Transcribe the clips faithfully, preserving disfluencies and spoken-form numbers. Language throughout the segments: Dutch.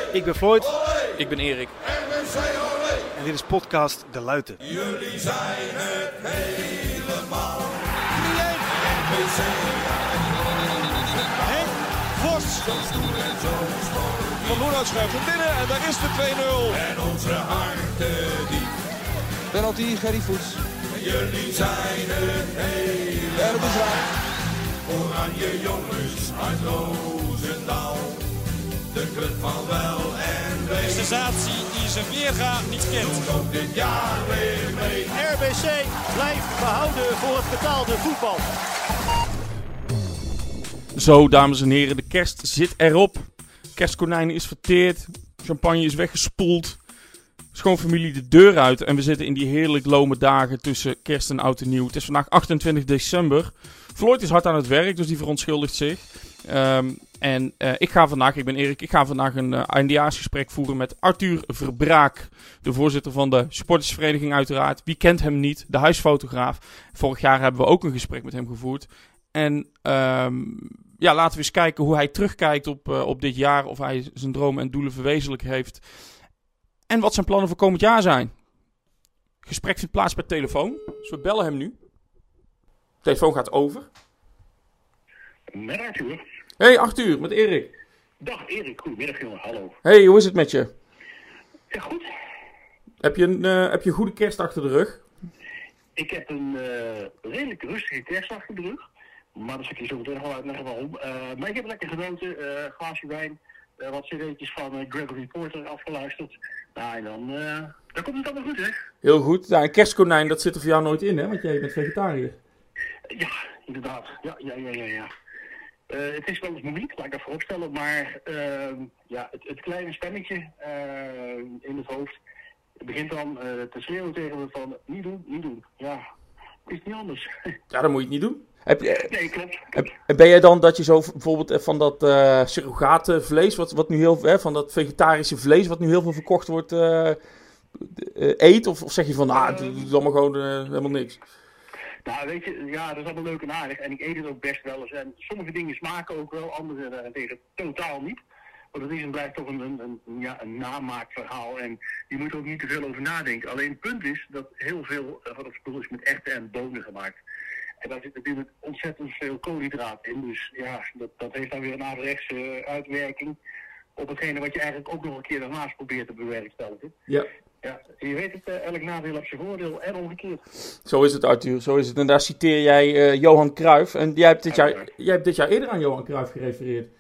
Ik ben Floyd. Ik ben Erik. En dit is podcast De Luiten. Jullie zijn het helemaal. Henk Vos. Van Loenhout schuift hem binnen en daar is de twee nul. En onze harten diep. Penalty, Gerry Voets. Jullie zijn het helemaal. En het is raak. Oranje jongens uit Roosendaal. De club van wel en wee. De sensatie die zijn weerga niet kent. Doet ook dit jaar weer mee. R B C blijft behouden voor het betaalde voetbal. Zo, dames en heren, de kerst zit erop. Kerstkonijn is verteerd. Champagne is weggespoeld. Schoonfamilie de deur uit. En we zitten in die heerlijk lome dagen tussen kerst en oud en nieuw. Het is vandaag achtentwintig december. Floyd is hard aan het werk, dus die verontschuldigt zich. Um, en uh, ik ga vandaag, ik ben Erik, ik ga vandaag een uh, eindejaarsgesprek voeren met Arthur Verbraak. De voorzitter van de supportersvereniging uiteraard. Wie kent hem niet? De huisfotograaf. Vorig jaar hebben we ook een gesprek met hem gevoerd. En um, ja, laten we eens kijken hoe hij terugkijkt op, uh, op dit jaar. Of hij zijn dromen en doelen verwezenlijk heeft. En wat zijn plannen voor komend jaar zijn. Het gesprek vindt plaats per telefoon. Dus we bellen hem nu. De telefoon gaat over. Met Arthur. Hey Arthur, met Erik. Dag Erik, goedemiddag jongen, hallo. Hey, hoe is het met je? Ja, goed. Heb je een, uh, heb je een goede kerst achter de rug? Ik heb een uh, redelijk rustige kerst achter de rug. Maar dat zal ik je zo meteen nog wel uitleggen waarom. Uh, maar ik heb lekker genoten, uh, glaasje wijn, uh, wat cd'tjes van uh, Gregory Porter afgeluisterd. Nou, en dan, uh, dan komt het allemaal goed, hè? Heel goed. Ja, een kerstkonijn, dat zit er voor jou nooit in, hè? Want jij bent vegetariër. Ja, inderdaad. Ja, ja, ja, ja, ja. Uh, het is wel eens moeilijk, laat ik dat vooropstellen, maar uh, ja, het, het kleine stemmetje uh, in het hoofd begint dan uh, te schreeuwen tegen me van niet doen, niet doen. Ja, is niet anders. Ja, dan moet je het niet doen. Heb je, nee, klopt. Heb, ben jij dan dat je zo bijvoorbeeld van dat uh, surrogatenvlees, wat, wat nu heel hè, van dat vegetarische vlees, wat nu heel veel verkocht wordt, uh, uh, eet? Of, of zeg je van, ah, doe uh, allemaal gewoon uh, helemaal niks? Nou, weet je, ja, dat is allemaal leuk en aardig. En ik eet het ook best wel eens. En sommige dingen smaken ook wel, andere daarentegen totaal niet. Want het is en blijft toch een, een, een, ja, een namaakverhaal. En je moet er ook niet te veel over nadenken. Alleen het punt is dat heel veel van het spul is met echte en bonen gemaakt. En daar zit natuurlijk ontzettend veel koolhydraat in. Dus ja, dat, dat heeft dan weer een averechtse uh, uitwerking op hetgene wat je eigenlijk ook nog een keer daarnaast probeert te bewerkstelligen. Ja. Ja, je weet het, uh, elk nadeel heeft zijn voordeel en omgekeerd. Zo is het, Arthur, zo is het. En daar citeer jij uh, Johan Cruijff. En jij hebt, dit jaar, jij hebt dit jaar eerder aan Johan Cruijff gerefereerd.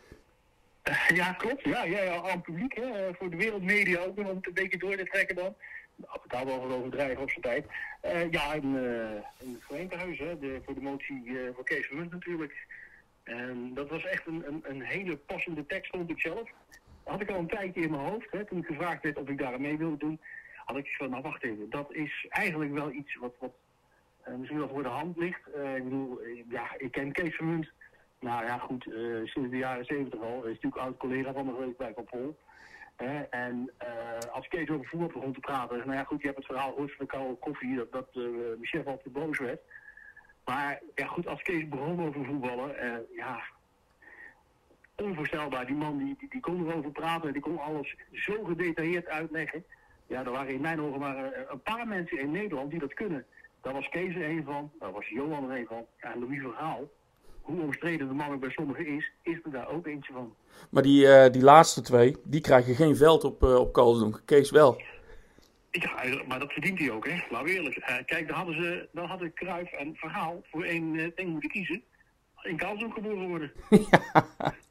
Uh, ja, klopt. Ja, ja, ja, aan het publiek, hè, uh, voor de wereldmedia ook, om het een beetje door te trekken dan. Nou, ik hou wel van overdrijven op zijn tijd. Uh, ja, in, uh, in het gemeentehuis, hè, de, voor de motie uh, voor Kees van Munt natuurlijk. En dat was echt een, een, een hele passende tekst, vond ik zelf. Dat had ik al een tijdje in mijn hoofd, hè, toen ik gevraagd werd of ik daar aan mee wilde doen. Had ik van, nou wacht even, dat is eigenlijk wel iets wat, wat uh, misschien wel voor de hand ligt. Uh, ik bedoel, uh, ja, ik ken Kees van Munt. Nou ja, goed, uh, sinds de jaren zeventig al. Hij is natuurlijk oud-collega van me geweest bij Van Pol. Uh, en uh, als Kees over voetbal begon te praten, nou ja goed, je hebt het verhaal gehoord van de koude koffie, dat, dat uh, Michel altijd boos werd. Maar ja goed, als Kees begon over voetballen, uh, ja, onvoorstelbaar. Die man die, die, die kon erover praten, die kon alles zo gedetailleerd uitleggen. Ja, er waren in mijn ogen maar uh, een paar mensen in Nederland die dat kunnen. Daar was Kees er een van, daar was Johan er een van, ja, en Louis Vergaal. Hoe omstreden de man ook bij sommigen is, is er daar ook eentje van. Maar die, uh, die laatste twee, die krijgen geen veld op, uh, op Kalsdonk. Kees wel. Ja, maar dat verdient hij ook, hè. Laten we eerlijk. Uh, kijk, daar hadden ze, daar hadden Cruijff en Vergaal voor één uh, ding moeten kiezen. In Kalsdonk geboren worden. ja.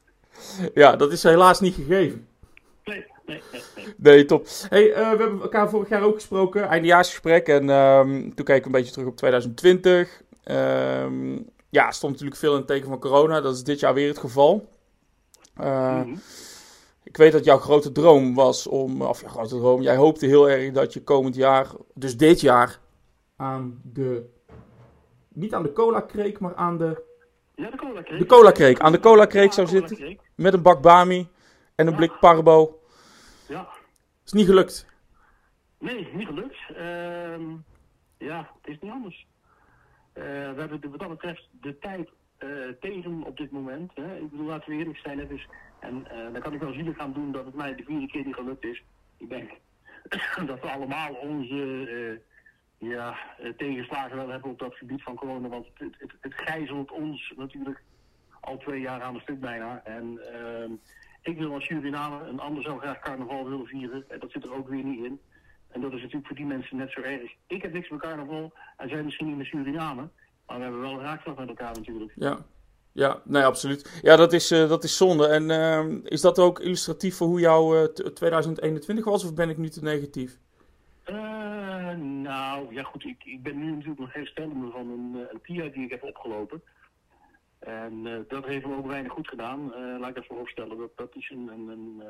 ja, dat is helaas niet gegeven. Nee, nee, nee. Nee, nee top. Hey, uh, we hebben elkaar vorig jaar ook gesproken, eindejaarsgesprek. En um, toen keek ik een beetje terug op twintig twintig. Um, Ja, stond natuurlijk veel in het teken van corona. Dat is dit jaar weer het geval. Uh, mm-hmm. Ik weet dat jouw grote droom was om... Of jouw grote droom... Jij hoopte heel erg dat je komend jaar... Dus dit jaar... Aan de... Niet aan de cola-kreek, maar aan de... Ja, de cola-kreek. De cola-kreek. Aan de cola-kreek ja, zou cola zitten. Kreek. Met een bak Bami. En een ja. blik Parbo. Ja. Is niet gelukt. Nee, niet gelukt. Uh, ja, het is niet anders. Uh, we hebben wat dat betreft de tijd uh, tegen op dit moment. Hè. Ik bedoel, laten we eerlijk zijn. Het is, en uh, dan kan ik wel zielig gaan doen dat het mij de vierde keer niet gelukt is. Ik denk dat we allemaal onze uh, ja, uh, tegenslagen wel hebben op dat gebied van corona. Want het, het, het gijzelt ons natuurlijk al twee jaar aan een stuk bijna. En uh, ik wil als Surinamer, een ander zou graag carnaval willen vieren. En dat zit er ook weer niet in. En dat is natuurlijk voor die mensen net zo erg. Ik heb niks met carnaval en zij misschien niet met Suriname. Maar we hebben wel een raakvlag met elkaar natuurlijk. Ja, ja, nee, absoluut. Ja, dat is, uh, dat is zonde. En uh, is dat ook illustratief voor hoe jouw uh, t- twintig eenentwintig was? Of ben ik nu te negatief? Uh, nou, ja goed. Ik, ik ben nu natuurlijk nog herstellende van een, een T I die ik heb opgelopen. En uh, dat heeft me ook weinig goed gedaan. Uh, laat ik dat vooropstellen. Dat, dat is een... een, een uh,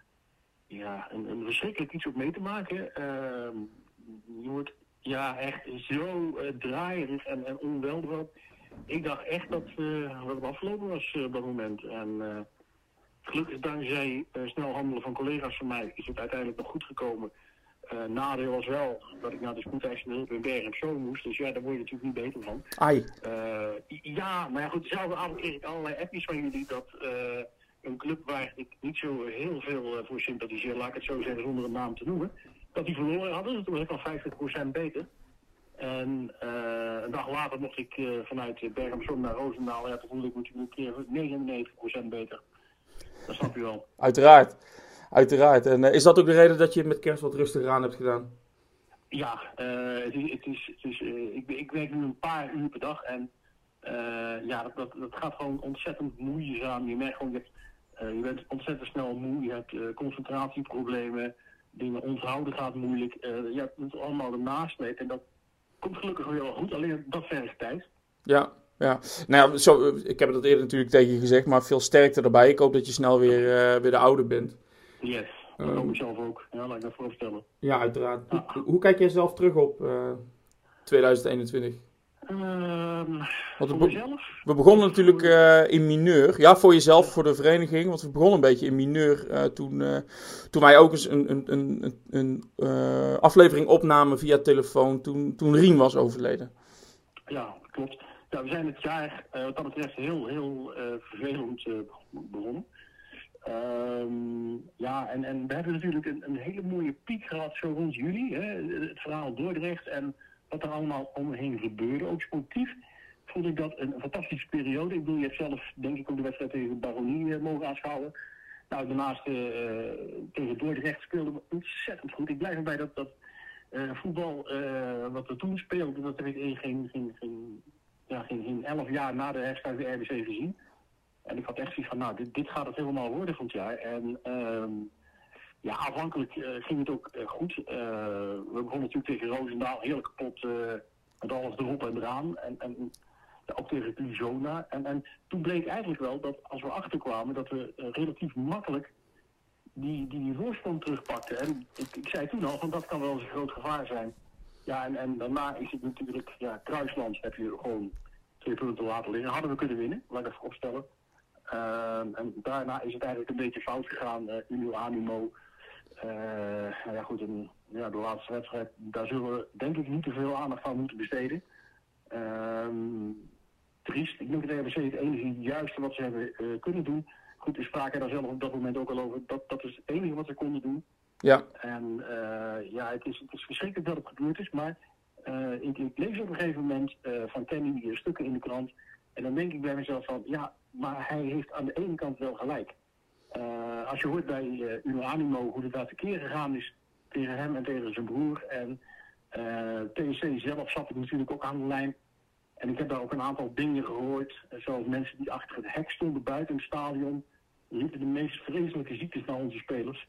Ja, een, een verschrikkelijk iets om mee te maken. Uh, je wordt ja, echt zo uh, draaierig en, en onwelderig. Ik dacht echt dat, uh, dat het afgelopen was uh, op dat moment. En uh, gelukkig dankzij uh, snel handelen van collega's van mij is het uiteindelijk nog goed gekomen. Uh, nadeel was wel dat ik naar de spoedeisende hulp in Bergen op Zoom moest. Dus ja, daar word je natuurlijk niet beter van. Ai. Uh, ja, maar ja, goed, dezelfde avond kreeg ik allerlei appjes van jullie dat... Uh, een club waar ik niet zo heel veel uh, voor sympathiseer, laat ik het zo zeggen zonder een naam te noemen, dat die verloren hadden. Dus toen was ik al vijftig procent beter. En uh, een dag later mocht ik uh, vanuit Bergen op Zoom naar Roosendaal. Ja, toen voelde ik natuurlijk een keer negenennegentig procent beter. Dat snap je wel. Uiteraard. Uiteraard. En uh, is dat ook de reden dat je met kerst wat rustiger aan hebt gedaan? Ja, uh, het is, het is, het is, uh, ik, ik werk nu een paar uur per dag en uh, ja, dat, dat, dat gaat gewoon ontzettend moeizaam. Je merkt gewoon dat Uh, je bent ontzettend snel moe, je hebt uh, concentratieproblemen, dingen onthouden gaat moeilijk. Uh, je hebt het allemaal ernaast mee en dat komt gelukkig weer wel goed, alleen dat vergt tijd. Ja, ja. Nou ja, zo, ik heb dat eerder natuurlijk tegen je gezegd, maar veel sterkte erbij. Ik hoop dat je snel weer, uh, weer de oude bent. Yes, dat hoop um, ik zelf ook. Ja, laat ik dat voorstellen. Ja, uiteraard. Ah. Hoe, hoe kijk jij zelf terug op uh, twintig eenentwintig? Um, want voor we, mezelf? We begonnen natuurlijk uh, in mineur. Ja, voor jezelf, voor de vereniging. Want we begonnen een beetje in mineur uh, toen, uh, toen wij ook eens een, een, een, een uh, aflevering opnamen via telefoon toen, toen Rien was overleden. Ja, klopt. Ja, we zijn het jaar uh, wat dat betreft heel, heel uh, vervelend uh, begonnen. Um, ja, en, en we hebben natuurlijk een, een hele mooie piek gehad zo rond juli. Hè, het verhaal Dordrecht en wat er allemaal omheen gebeurde. Ook sportief vond ik dat een fantastische periode. Ik bedoel, je hebt zelf denk ik ook de wedstrijd tegen Baronie uh, mogen aanschouwen. Nou, daarnaast uh, tegen Dordrecht speelden we ontzettend goed. Ik blijf erbij dat, dat uh, voetbal uh, wat we toen speelden, dat heb ik in geen, geen, geen, ja, geen, geen elf jaar na de herstart bij R B C gezien. En ik had echt zoiets van, nou, dit, dit gaat het helemaal worden van het jaar. En um, ja, aanvankelijk uh, ging het ook uh, goed. Uh, we begonnen natuurlijk tegen Roosendaal, heel kapot uh, met alles erop en eraan. En, en ja, ook tegen Cluzona. En, en toen bleek eigenlijk wel dat als we achterkwamen, dat we uh, relatief makkelijk die, die, die voorsprong terugpakten. En ik, ik zei toen al, van dat kan wel eens een groot gevaar zijn. Ja, en, en daarna is het natuurlijk, ja, Kruisland heb je gewoon twee punten laten liggen. Hadden we kunnen winnen, laat ik dat vooropstellen. Uh, en daarna is het eigenlijk een beetje fout gegaan. Uh, Unio Animo. Uh, nou ja, goed, en, ja, de laatste wedstrijd, daar zullen we denk ik niet te veel aandacht aan moeten besteden. Uh, triest. Ik denk dat R B C het enige juiste wat ze hebben uh, kunnen doen. Goed, we spraken daar zelf op dat moment ook al over. Dat, dat is het enige wat ze konden doen. Ja. En uh, ja, het is, het is verschrikkelijk dat het gebeurd is, maar uh, ik, ik lees op een gegeven moment uh, van Kenny uh, stukken in de krant. En dan denk ik bij mezelf van, ja, maar hij heeft aan de ene kant wel gelijk. Uh, als je hoort bij uh, Unio Animo hoe het daar tekeer gegaan is tegen hem en tegen zijn broer. En uh, T S C zelf zat ik natuurlijk ook aan de lijn. En ik heb daar ook een aantal dingen gehoord. Uh, zoals mensen die achter het hek stonden buiten het stadion. Liepen de meest vreselijke ziektes naar onze spelers.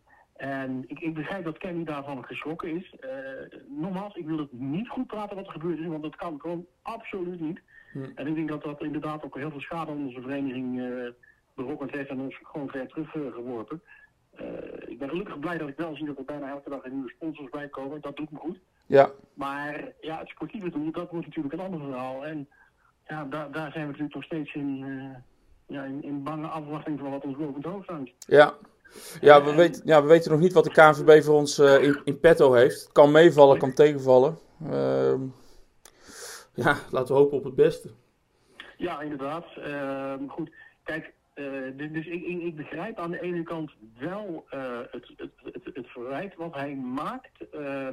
En ik, ik begrijp dat Kenny daarvan geschrokken is. Uh, nogmaals, ik wil het niet goed praten wat er gebeurd is, want dat kan gewoon absoluut niet. Hm. En ik denk dat dat inderdaad ook heel veel schade aan onze vereniging uh, berokkend heeft en ons gewoon ver teruggeworpen. Uh, ik ben gelukkig blij dat ik wel zie dat er bijna elke dag een nieuwe sponsors bij komen. Dat doet me goed. Ja. Maar ja, het sportieve doen, dat wordt natuurlijk een ander verhaal. En ja, daar, daar zijn we natuurlijk nog steeds in, uh, ja, in, in bange afwachting van wat ons boven het hoofd hangt. Ja. Ja, we weten, ja, we weten nog niet wat de K N V B voor ons uh, in, in petto heeft. Het kan meevallen, kan tegenvallen. Uh, ja, laten we hopen op het beste. Ja, inderdaad. Uh, goed, kijk, uh, dus ik, ik, ik begrijp aan de ene kant wel uh, het, het, het, het verwijt wat hij maakt. Uh,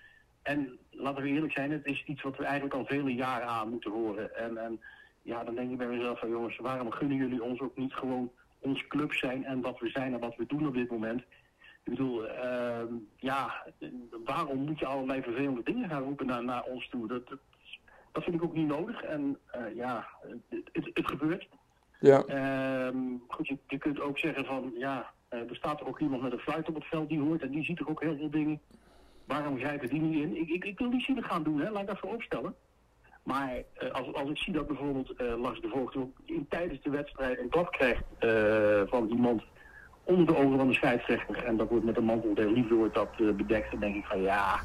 en laten we eerlijk zijn, het is iets wat we eigenlijk al vele jaren aan moeten horen. En, en ja, dan denk ik bij mezelf van jongens, waarom gunnen jullie ons ook niet gewoon ons club zijn en wat we zijn en wat we doen op dit moment? Ik bedoel, uh, ja, waarom moet je allerlei vervelende dingen gaan roepen naar, naar ons toe? Dat, dat, dat vind ik ook niet nodig. En uh, ja, het, het, het gebeurt. Ja. Uh, goed, je, je kunt ook zeggen van, ja, uh, er staat er ook iemand met een fluit op het veld die hoort en die ziet er ook heel veel dingen. Waarom grijpen die niet in? Ik, ik, ik wil niet zielig gaan doen, hè? Laat ik dat voor opstellen. Maar uh, als, als ik zie dat bijvoorbeeld uh, Lars de Voogd in tijdens de wedstrijd een klap krijgt uh, van iemand onder de ogen van de scheidsrechter en dat wordt met een mantel der liefde wordt dat uh, bedekt, dan denk ik van ja.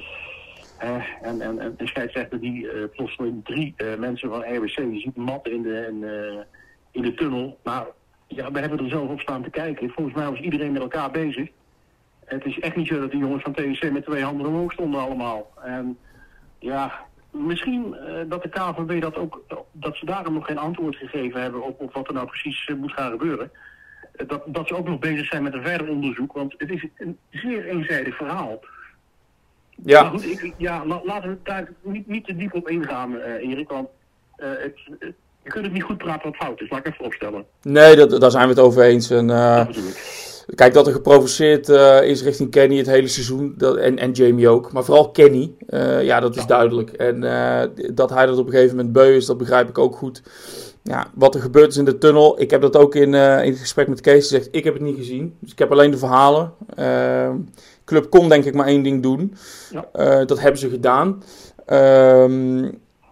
Uh, en, en, en de scheidsrechter die uh, plotseling drie uh, mensen van R W C, die ziet mat in de, in, uh, in de tunnel. Nou, ja, we hebben er zelf op staan te kijken. Volgens mij was iedereen met elkaar bezig. Het is echt niet zo dat die jongens van T S C met twee handen omhoog stonden allemaal. En ja, misschien uh, dat de K V B dat ook, dat ze daarom nog geen antwoord gegeven hebben op, op wat er nou precies uh, moet gaan gebeuren. Uh, dat, dat ze ook nog bezig zijn met een verder onderzoek, want het is een zeer eenzijdig verhaal. Ja. Maar goed, ik, ja, la, laten we daar niet, niet te diep op ingaan, uh, Erik, want uh, het, het, je kunt het niet goed praten wat fout is, laat ik even opstellen. Nee, dat, daar zijn we het over eens. En, uh, dat bedoel ik. Kijk, dat er geprovoceerd uh, is richting Kenny het hele seizoen. Dat, en, en Jamie ook. Maar vooral Kenny. Uh, ja, dat is ja. duidelijk. En uh, dat hij dat op een gegeven moment beu is, dat begrijp ik ook goed. Ja, wat er gebeurd is in de tunnel. Ik heb dat ook in, uh, in het gesprek met Kees gezegd. Ik heb het niet gezien. Dus ik heb alleen de verhalen. Uh, Club kon denk ik maar één ding doen. Ja. Uh, dat hebben ze gedaan. Uh,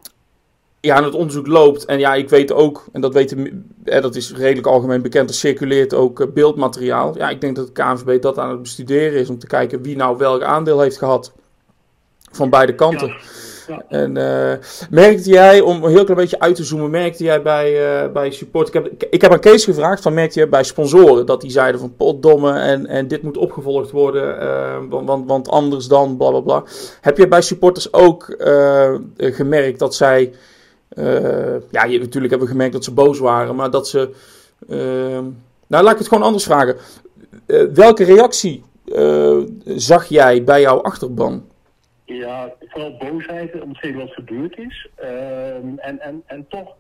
Ja, en het onderzoek loopt. En ja, ik weet ook, en dat, weten, eh, dat is redelijk algemeen bekend, er circuleert ook uh, beeldmateriaal. Ja, ik denk dat de K N V B dat aan het bestuderen is om te kijken wie nou welk aandeel heeft gehad. Van beide kanten. Ja. Ja. En uh, merkte jij, om een heel klein beetje uit te zoomen, merkte jij bij, uh, bij support... Ik heb, ik heb aan Kees gevraagd, van merkte je bij sponsoren, dat die zeiden van potdomme en, en dit moet opgevolgd worden, uh, want, want, want anders dan bla bla bla. Heb je bij supporters ook uh, gemerkt dat zij... Uh, ja, je, natuurlijk hebben we gemerkt dat ze boos waren, maar dat ze... Uh, nou, laat ik het gewoon anders vragen. Uh, welke reactie uh, zag jij bij jouw achterban? Ja, vooral boosheid om hetgeen wat gebeurd is. Uh, en, en, en toch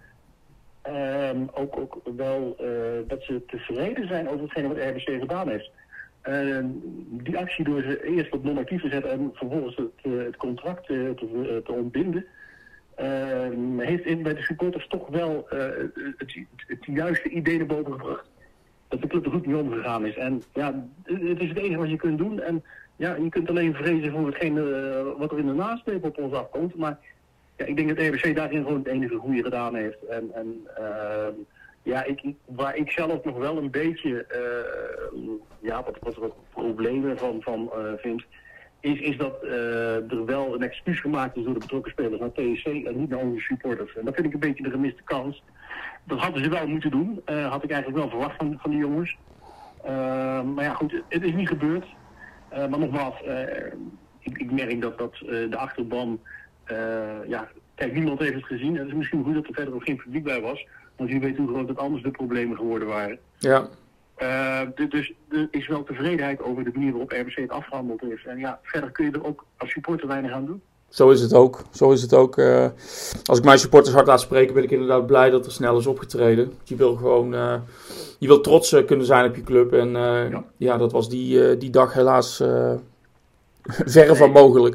uh, ook, ook wel uh, dat ze tevreden zijn over hetgeen wat R B C gedaan heeft. Uh, die actie door ze eerst op non-actief te zetten en vervolgens het, uh, het contract uh, te, uh, te ontbinden... Uh, heeft in, bij de supporters toch wel uh, het, het, het juiste idee naar boven gebracht. Dat de club er goed mee omgegaan is. En ja, het is het enige wat je kunt doen. En ja, je kunt alleen vrezen voor hetgeen uh, wat er in de nasleep op ons afkomt. Maar ja, ik denk dat R B C daarin gewoon het enige goede gedaan heeft. En, en uh, ja, ik, waar ik zelf nog wel een beetje uh, ja, wat, wat, wat problemen van, van uh, vind... Is, is dat uh, er wel een excuus gemaakt is door de betrokken spelers naar T S C en niet naar onze supporters. En dat vind ik een beetje de gemiste kans. Dat hadden ze wel moeten doen. Uh, had ik eigenlijk wel verwacht van, van die jongens. Uh, maar ja goed, het is niet gebeurd. Uh, maar nogmaals, uh, ik, ik merk dat, dat uh, de achterban... Uh, ja, kijk, niemand heeft het gezien. Het is misschien goed dat er verder ook geen publiek bij was. Want je weet hoe groot het anders de problemen geworden waren. Ja. Uh, dus er is wel tevredenheid over de manier waarop R B C het afgehandeld heeft. En ja, verder kun je er ook als supporter weinig aan doen. Zo is het ook. Zo is het ook. Uh, als ik mijn supporters hard laat spreken, ben ik inderdaad blij dat er snel is opgetreden. Je wil gewoon, uh, je wil trots uh, kunnen zijn op je club. En uh, ja. ja, dat was die, uh, die dag helaas uh, verre van mogelijk.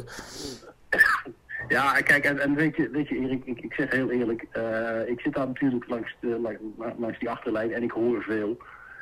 Ja, kijk, en, en weet je, weet je Erik, ik, ik zeg heel eerlijk, uh, ik zit daar natuurlijk langs, de, langs, langs die achterlijn en ik hoor veel.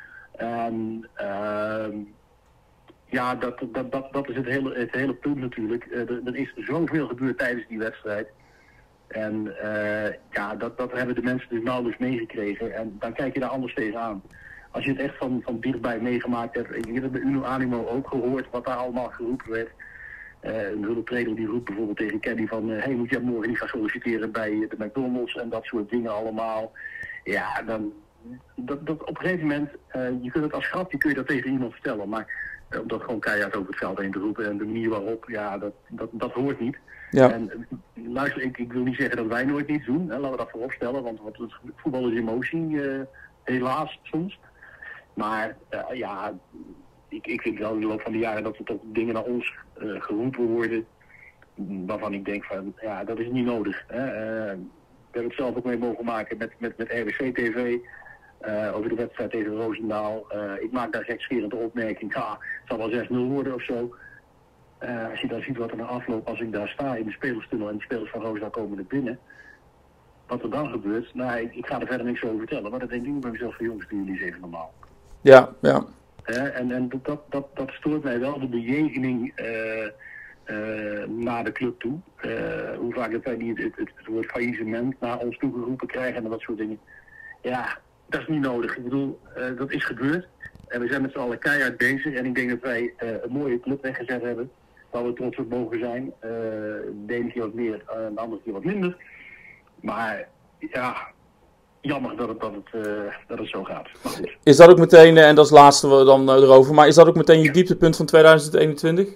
En uh, ja, dat, dat, dat, dat is het hele, het hele punt natuurlijk. Uh, er, er is zoveel gebeurd tijdens die wedstrijd. En uh, ja, dat, dat hebben de mensen dus nauwelijks meegekregen. En dan kijk je daar anders tegenaan. Als je het echt van, van dichtbij meegemaakt hebt. Ik heb het bij Uno Animo ook gehoord wat daar allemaal geroepen werd. Uh, een hulptrainer die roept bijvoorbeeld tegen Kenny van... Uh, hey, moet jij morgen niet gaan solliciteren bij de McDonald's en dat soort dingen allemaal. Ja, dan... Dat, dat op een gegeven moment, uh, je kunt het als grapje kun je dat tegen iemand vertellen, maar uh, om dat gewoon keihard over het veld heen te roepen en de manier waarop, ja, dat, dat, dat hoort niet. Ja. En uh, luister, ik, ik wil niet zeggen dat wij nooit niets doen. Hè, laten we dat voorop stellen, want wat, het voetbal is emotie, uh, helaas soms. Maar uh, ja, ik, ik vind wel in de loop van de jaren dat er toch dingen naar ons uh, geroepen worden. Waarvan ik denk van, ja, dat is niet nodig. Hè. Uh, we hebben het zelf ook mee mogen maken met, met, met R B C T V. Uh, over de wedstrijd tegen Roosendaal. Uh, ik maak daar gekscherend de opmerking. Ja, het zal wel zes nul worden of zo. Uh, als je dan ziet wat er na afloop, als ik daar sta in de spelerstunnel en de spelers van Roosendaal komen er binnen. Wat er dan gebeurt, nou, ik, ik ga er verder niks over vertellen. Maar dat denk ik bij mezelf van jongens, doen jullie eens even normaal. Ja, ja. Uh, en en dat, dat, dat stoort mij wel, de bejegening uh, uh, naar de club toe. Uh, hoe vaak dat wij niet het, het, het woord faillissement naar ons toe geroepen krijgen en dat soort dingen. Ja, dat is niet nodig. Ik bedoel, uh, dat is gebeurd. En we zijn met z'n allen keihard bezig. En ik denk dat wij uh, een mooie club weggezet hebben. Waar we trots op mogen zijn. Uh, de ene keer wat meer, uh, de andere keer wat minder. Maar ja, jammer dat het, dat het, uh, dat het zo gaat. Maar goed. Is dat ook meteen, en dat is het laatste dan uh, erover, maar is dat ook meteen je dieptepunt van tweeduizend eenentwintig?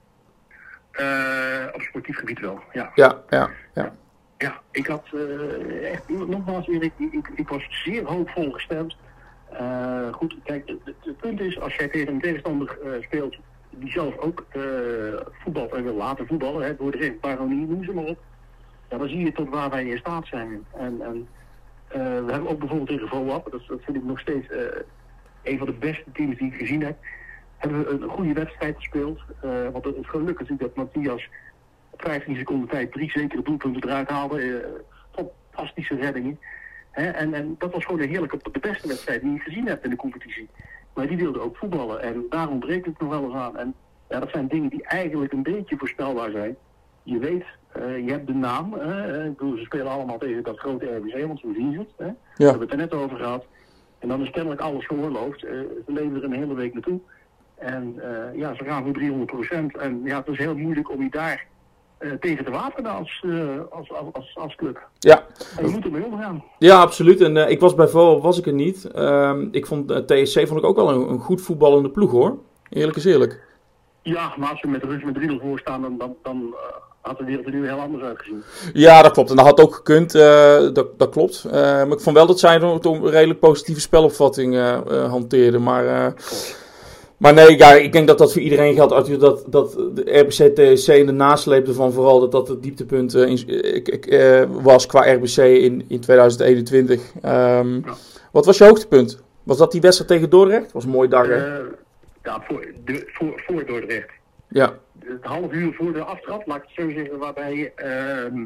Uh, op sportief gebied wel, ja. Ja, ja, ja. Ja, ik had uh, echt, nogmaals Erik, ik, ik, ik was zeer hoopvol gestemd. Uh, goed, kijk, het, het punt is, als jij tegen een tegenstander uh, speelt, die zelf ook uh, voetbalt en wil laten voetballen, hè, door de recht baronie, noem ze maar op. Ja, dan zie je tot waar wij in staat zijn. En, en uh, we hebben ook bijvoorbeeld tegen VoAP, dat, dat vind ik nog steeds uh, een van de beste teams die ik gezien heb, hebben we een goede wedstrijd gespeeld. Uh, want het geluk is dat Matthias op vijftien seconden tijd drie zekere doelpunten eruit haalde. Uh, fantastische reddingen. He, en, en dat was gewoon een heerlijke, de beste wedstrijd die je gezien hebt in de competitie. Maar die wilde ook voetballen en daar ontbreekt het nog wel eens aan. En ja, dat zijn dingen die eigenlijk een beetje voorspelbaar zijn. Je weet, uh, je hebt de naam. Uh, ik bedoel, ze spelen allemaal tegen dat grote R B C, want zo zien ze het. Hè? Ja. We hebben het er net over gehad. En dan is kennelijk alles geoorloofd. Uh, ze leven er een hele week naartoe. En uh, ja, ze gaan voor driehonderd procent. En ja, het is heel moeilijk om je daar uh, tegen te wapenen als, uh, als, als, als, als club. Ja. En je moet ermee omgaan. Ja, absoluut. En uh, ik was bij VoAP, was ik er niet. Uh, ik vond uh, T S C vond ik ook wel een, een goed voetballende ploeg, hoor. Eerlijk is eerlijk. Ja, maar als we met de rust met drie nul voor staan, dan, dan, dan uh, had de wereld er nu heel anders uitgezien. Ja, dat klopt. En dat had ook gekund. Uh, dat, dat klopt. Uh, maar ik vond wel dat zij een, een redelijk positieve spelopvatting uh, uh, hanteerden. Maar... Uh, Maar nee, ja, ik denk dat dat voor iedereen geldt, Arthur, dat, dat de R B C T S C en de nasleep ervan vooral, dat dat het dieptepunt uh, in, uh, was qua R B C in, in tweeduizend eenentwintig. Um, ja. Wat was je hoogtepunt? Was dat die wedstrijd tegen Dordrecht? Dat was een mooie dag, hè? Uh, ja, voor, de, voor, voor Dordrecht. Ja. Het half uur voor de aftrap, laat ik het zo zeggen, waarbij uh,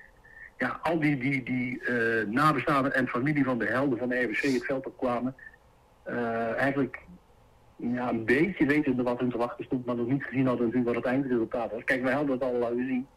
ja, al die, die, die uh, nabestaanden en familie van de helden van de R B C het veld opkwamen. Uh, eigenlijk... Ja, een beetje wetende wat hun te wachten stond, maar nog niet gezien hadden natuurlijk wat het eindresultaat was. Kijk, wij hadden het al gezien.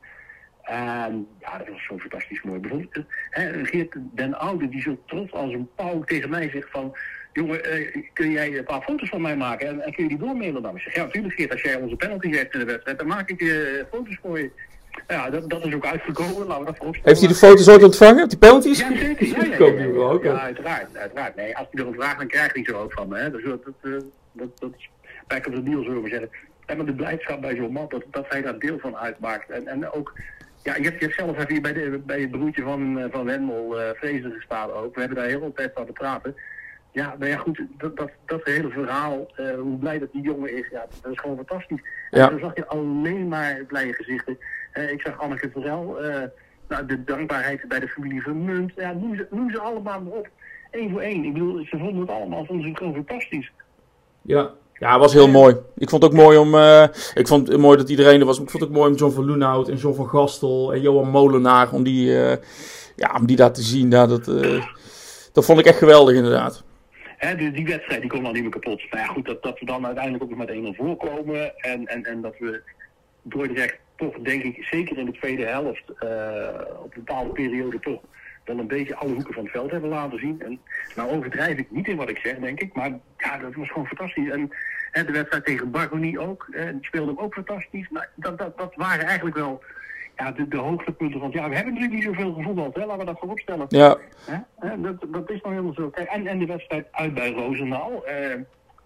En ja, dat was zo fantastisch mooi. Bijvoorbeeld, hè, Geert den Oude, die zo trots als een pauw tegen mij zegt van... Jongen, uh, kun jij een paar foto's van mij maken en, en kun je die doormailen dan? Ik zeg, ja natuurlijk Geert, als jij onze penalty hebt in de wedstrijd, dan maak ik je uh, foto's voor je. Ja, dat, dat is ook uitgekomen, laten we dat voorop stellen. Heeft hij de foto's ooit ontvangen, die penalties? Ja, zeker. Ja, ja, ja, ja, ja, ja, ja, uiteraard, uiteraard. Nee, als hij er een vraag dan krijgt hij zo ook van me. Hè. Dus dat, dat, dat, dat is back of the deal, zullen we zeggen. En maar de blijdschap bij zo'n man, dat, dat hij daar deel van uitmaakt. En, en ook, ja, je hebt, je hebt zelf even hier bij, de, bij het broertje van, van Wendel, uh, Vrezen gestaan ook. We hebben daar heel veel tijd van te praten. Ja, nou ja, goed, dat, dat, dat hele verhaal, uh, hoe blij dat die jongen is, ja, dat is gewoon fantastisch. Ja. En dan zag je alleen maar blije gezichten. Uh, ik zag Anneke Verel, uh, nou, de dankbaarheid bij de familie Vermunt. Ja, noem ze, noem ze allemaal maar op. Eén voor één. Ik bedoel, ze vonden het allemaal, vonden ze het gewoon fantastisch. Ja. Ja, het was heel mooi. Ik vond het ook mooi om... Uh, ik vond het mooi dat iedereen er was. Ik vond het ook mooi om John van Loenhout en John van Gastel en Johan Molenaar, om die, uh, ja, om die daar te zien. Ja, dat, uh, dat vond ik echt geweldig inderdaad. Hè, die, die wedstrijd die kon al niet meer kapot. Maar ja, goed, dat, dat we dan uiteindelijk ook nog met één nul voorkomen. En, en, en dat we Dordrecht toch, denk ik, zeker in de tweede helft, uh, op een bepaalde periode toch wel een beetje alle hoeken van het veld hebben laten zien. En nou overdrijf ik niet in wat ik zeg, denk ik. Maar ja, dat was gewoon fantastisch. En, en de wedstrijd tegen Bargoni ook. Eh, die speelde hem ook fantastisch. Maar dat, dat, dat waren eigenlijk wel ja, de, de hoogtepunten van... Ja, we hebben natuurlijk niet zoveel gevoetbald, hè? Laten we dat voorop stellen. Ja. Eh, dat, dat is nou helemaal zo. Kijk, en, en de wedstrijd uit bij Roosendaal. Eh,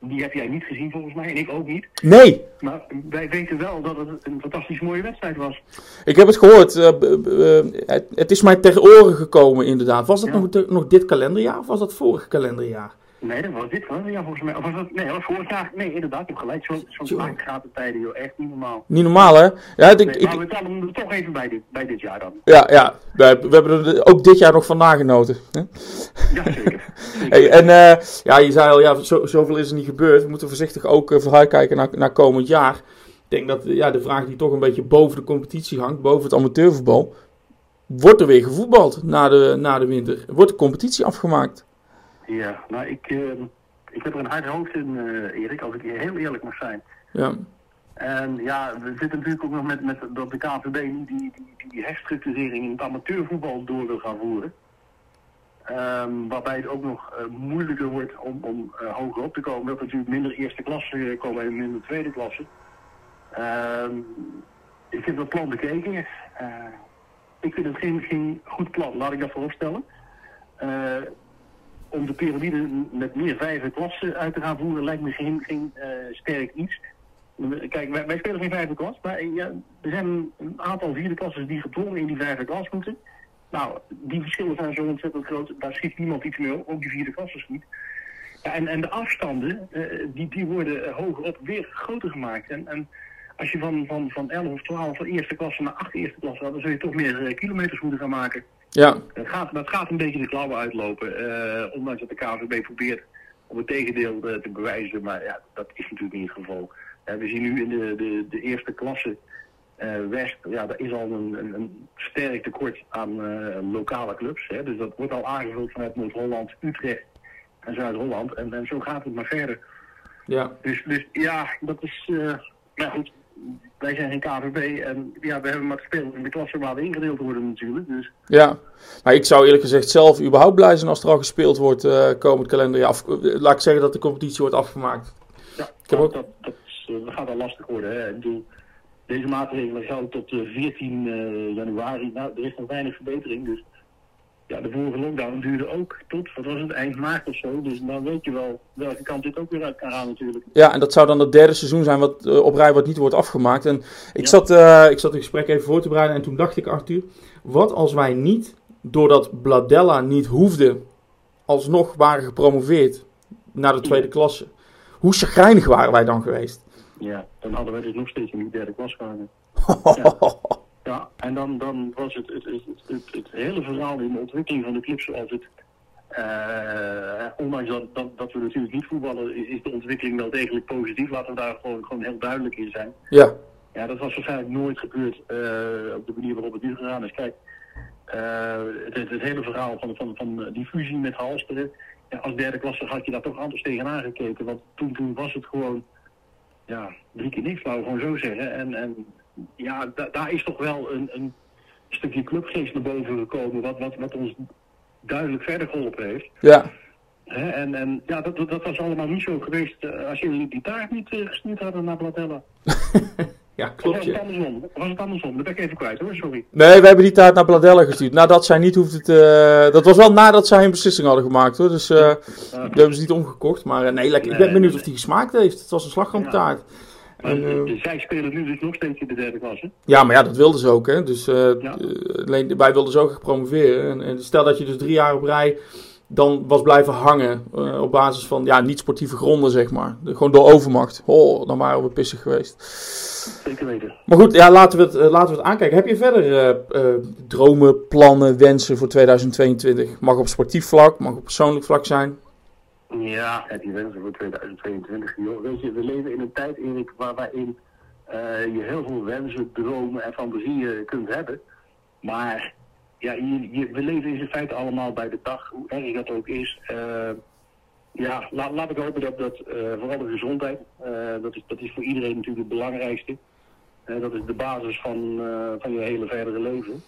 die heb jij niet gezien volgens mij en ik ook niet. Nee. Maar wij weten wel dat het een fantastisch mooie wedstrijd was. Ik heb het gehoord. Uh, uh, uh, het, het is mij ter oren gekomen inderdaad. Was dat ja. nog, te, nog dit kalenderjaar of was dat vorig kalenderjaar? Nee, dat was dit kalenderjaar volgens mij. Of was dat, nee, dat was vorig jaar. Nee, inderdaad. Je hebt gelijk. Zo'n zo zo gaat de tijden, joh. Echt niet normaal. Niet normaal, hè? Ja, ik, nee, ik, maar we tellen hem toch even bij dit, bij dit jaar dan. Ja, ja. We, we hebben er ook dit jaar nog van nagenoten. Hè? Ja, zeker. zeker. Hey, en uh, ja, je zei al, ja, zo, zoveel is er niet gebeurd. We moeten voorzichtig ook uh, vooruitkijken naar, naar komend jaar. Ik denk dat ja, de vraag die toch een beetje boven de competitie hangt, boven het amateurvoetbal. Wordt er weer gevoetbald na de, na de winter? Wordt de competitie afgemaakt? Ja, nou ik, uh, ik heb er een hard hoofd in, uh, Erik, als ik heel eerlijk mag zijn. Ja. En ja, we zitten natuurlijk ook nog met, met dat de K N V B die, die, die herstructurering in het amateurvoetbal door wil gaan voeren. Um, waarbij het ook nog uh, moeilijker wordt om, om uh, hoger op te komen. Dat er natuurlijk minder eerste klasse uh, komen en minder tweede klasse. Um, ik heb dat plan bekeken. Uh, ik vind het geen, geen goed plan, laat ik dat vooropstellen. Uh, om de piramide met meer vijfde klasse uit te gaan voeren lijkt me geen, geen uh, sterk iets. Kijk, wij, wij spelen geen vijfde klas, maar ja, er zijn een aantal vierde klassen die gedwongen in die vijfde klas moeten. Nou, die verschillen zijn zo ontzettend groot, daar schiet niemand iets mee op, ook die vierde klassen niet. Ja, en, en de afstanden, uh, die, die worden uh, hogerop weer groter gemaakt. En, en als je van, van, van elf of twaalf van eerste klasse naar acht eerste klasse gaat, dan zul je toch meer uh, kilometers moeten gaan maken. Ja. Dat gaat, dat gaat een beetje de klauwen uitlopen, uh, ondanks dat de K N V B probeert om het tegendeel uh, te bewijzen, maar ja, dat is natuurlijk niet het geval. Uh, we zien nu in de, de, de eerste klasse uh, West, ja, daar is al een, een, een sterk tekort aan uh, lokale clubs. Hè? Dus dat wordt al aangevuld vanuit Noord-Holland, Utrecht en Zuid-Holland. En, en zo gaat het maar verder. Ja. Dus, dus ja, dat is... Uh, nou goed, wij zijn geen K N V B en ja, we hebben maar te spelen in de klasse waar we ingedeeld worden natuurlijk. Dus. Ja, nou, ik zou eerlijk gezegd zelf überhaupt blij zijn als er al gespeeld wordt uh, komend kalenderjaar. Of, uh, laat ik zeggen dat de competitie wordt afgemaakt. Ja, ik heb ook... dat, dat, dat gaat al lastig worden. Hè. Ik bedoel, deze maatregelen gelden tot uh, veertien uh, januari. Nou, er is nog weinig verbetering. Dus ja, de vorige lockdown duurde ook tot, wat was het, eind maart of zo. Dus dan weet je wel welke kant dit ook weer uit kan gaan natuurlijk. Ja, en dat zou dan het derde seizoen zijn wat uh, op rij wat niet wordt afgemaakt. En ik, ja. zat, uh, ik zat het gesprek even voor te bereiden en toen dacht ik, Arthur, wat als wij niet, doordat Bladella niet hoefde, alsnog waren gepromoveerd naar de tweede klasse? Hoe chagrijnig waren wij dan geweest? Ja, dan hadden wij dus nog steeds in die derde klas gehangen. Ja. Ja, en dan, dan was het het, het, het het hele verhaal in de ontwikkeling van de club zoals het... Uh, ondanks dat, dat, dat we natuurlijk niet voetballen, is, is de ontwikkeling wel degelijk positief. Laten we daar gewoon, gewoon heel duidelijk in zijn. Ja. Ja, dat was waarschijnlijk nooit gebeurd uh, op de manier waarop het nu gegaan is. Kijk, uh, het, het hele verhaal van, van, van die fusie met Halsteren. Ja, als derde klasse had je daar toch anders tegenaan gekeken. Want toen, toen was het gewoon... Ja, drie keer niks, laten we gewoon zo zeggen. En, en ja, da, daar is toch wel een, een stukje clubgeest naar boven gekomen, wat, wat, wat ons duidelijk verder geholpen heeft. Ja. He, en, en ja, dat, dat was allemaal niet zo geweest uh, als jullie die taart niet uh, gestuurd hadden naar Bladella. Ja, klopt. Was het andersom? Was het andersom? Dat ben ik even kwijt hoor, sorry. Nee, we hebben die taart naar Bladella gestuurd. Nadat zij niet hoefde te... Uh, dat was wel nadat zij een beslissing hadden gemaakt hoor. Dus uh, uh, daar hebben ze niet omgekocht. Maar uh, nee, lekker. Nee, ik ben benieuwd nee. of die gesmaakt heeft. Het was een slagroomtaart. Ja. En, uh, dus zij spelen nu dus nog steeds in de derde klasse. Ja, maar ja, dat wilden ze ook. Hè. Dus uh, ja. uh, wij wilden zo graag promoveren. En, en stel dat je dus drie jaar op rij dan was blijven hangen uh, op basis van ja, niet-sportieve gronden, zeg maar. De, gewoon door overmacht. Oh, dan waren we pissig geweest. Zeker weten. Maar goed, ja, laten we het, uh, laten we het aankijken. Heb je verder uh, uh, dromen, plannen, wensen voor tweeduizend tweeëntwintig? Mag op sportief vlak, mag op persoonlijk vlak zijn? Ja, heb je wensen voor tweeduizend tweeëntwintig? Joh. Weet je, we leven in een tijd, Erik, waar waarin uh, je heel veel wensen, dromen en fantasieën kunt hebben. Maar ja, je, je, we leven in feite allemaal bij de dag, hoe erg dat ook is. Uh, ja, la, laat ik hopen dat, dat uh, vooral de gezondheid, uh, dat, is, dat is voor iedereen natuurlijk het belangrijkste. Uh, dat is de basis van, uh, van je hele verdere leven.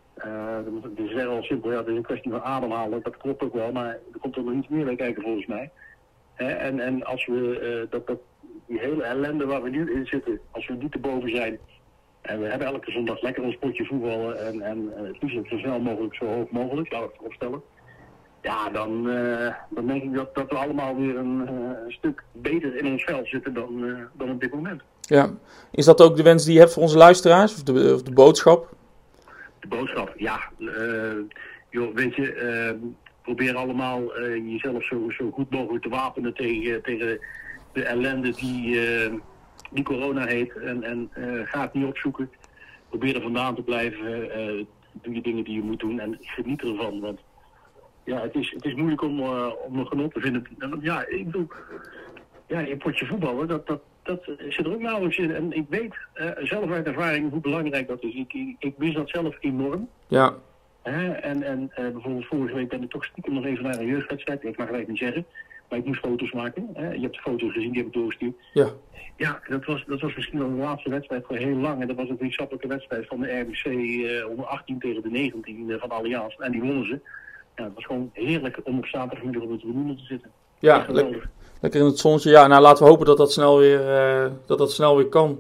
Uh, het is wel simpel, ja, het is een kwestie van ademhalen, dat klopt ook wel, maar er komt er nog iets meer bij kijken volgens mij. He, en, en als we uh, dat, dat, die hele ellende waar we nu in zitten, als we die te boven zijn, en we hebben elke zondag lekker een spotje voetballen en, en uh, het liefst zo snel mogelijk, zo hoog mogelijk, laat ik het opstellen. Ja, dan, uh, dan denk ik dat, dat we allemaal weer een, uh, een stuk beter in ons veld zitten dan, uh, dan op dit moment. Ja. Is dat ook de wens die je hebt voor onze luisteraars? Of de, of de boodschap? De boodschap, ja. Uh, joh, weet je, uh, probeer allemaal uh, jezelf zo, zo goed mogelijk te wapenen tegen, tegen de ellende die, uh, die corona heet. En, en uh, ga het niet opzoeken. Probeer er vandaan te blijven. Uh, doe je dingen die je moet doen en geniet ervan. Want ja, het is, het is moeilijk om, uh, om een genot te vinden. Ja, ik bedoel, ja, je potje voetballen, dat, dat, dat zit er ook nauwelijks in. En ik weet uh, zelf uit ervaring hoe belangrijk dat is. Ik, ik, ik mis dat zelf enorm. Ja. Uh, en en uh, bijvoorbeeld vorige week ben ik toch stiekem nog even naar een jeugdwedstrijd. Ik mag gelijk niet zeggen. Maar ik moest foto's maken. Uh, je hebt de foto's gezien, die heb ik doorgestuurd. Ja. Ja, dat was, dat was misschien wel de laatste wedstrijd voor heel lang. En dat was een vriendschappelijke wedstrijd van de R B C uh, onder achttien tegen de negentien uh, van Allianz. En die wonnen ze. Ja, het was gewoon heerlijk om op zaterdagmiddag op de tribune te zitten. Ja, lekker, lekker in het zonnetje. Ja, nou laten we hopen dat dat snel weer, uh, dat dat snel weer kan.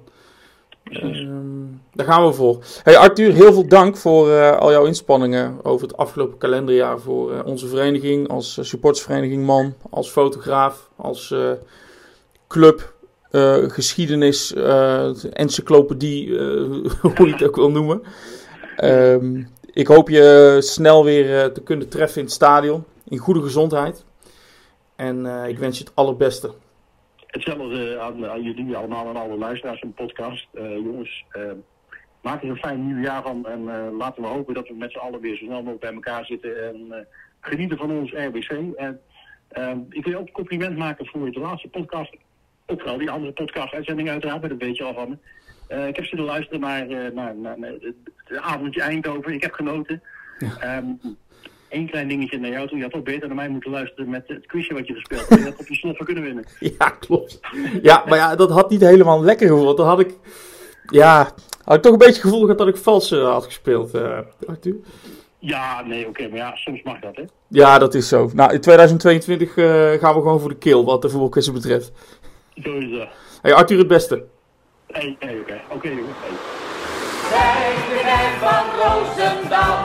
Um, daar gaan we voor. Hey Arthur, heel veel dank voor uh, al jouw inspanningen over het afgelopen kalenderjaar voor uh, onze vereniging, als uh, supportersvereniging Man, als fotograaf, als uh, club, uh, geschiedenis, uh, encyclopedie, uh, hoe je het ook wil noemen. Um, ik hoop je snel weer uh, te kunnen treffen in het stadion, in goede gezondheid. En uh, ik wens je het allerbeste. Hetzelfde aan, aan jullie allemaal en alle luisteraars van de podcast. Uh, jongens, uh, maak er een fijn nieuw jaar van. En uh, laten we hopen dat we met z'n allen weer zo snel mogelijk bij elkaar zitten. En uh, genieten van ons R B C. En uh, ik wil je ook een compliment maken voor de laatste podcast. Ook vooral die andere podcast-uitzending uiteraard, maar dat weet je al van me. Uh, ik heb zitten luisteren naar, uh, naar, naar, naar het avondje Eindhoven. Ik heb genoten. Ja. Um, Eén klein dingetje naar jou toe. Je had ook beter naar mij moeten luisteren met het quizje wat je gespeeld hebt. Je had op je sloffen kunnen winnen. Ja, klopt. Ja, maar ja, dat had niet helemaal lekker gevoeld. Dan had ik, ja, had ik toch een beetje het gevoel gehad dat ik vals uh, had gespeeld, uh, Arthur. Ja, nee, oké, okay, maar ja, soms mag dat, hè? Ja, dat is zo. Nou, in tweeduizend tweeëntwintig uh, gaan we gewoon voor de kill, wat de voetbalquizzen betreft. Zo is dat. Hey, Arthur, het beste. Hey, hey, oké. Okay. Oké, okay, jongens. Hey. Wij zijn van Roosendaal.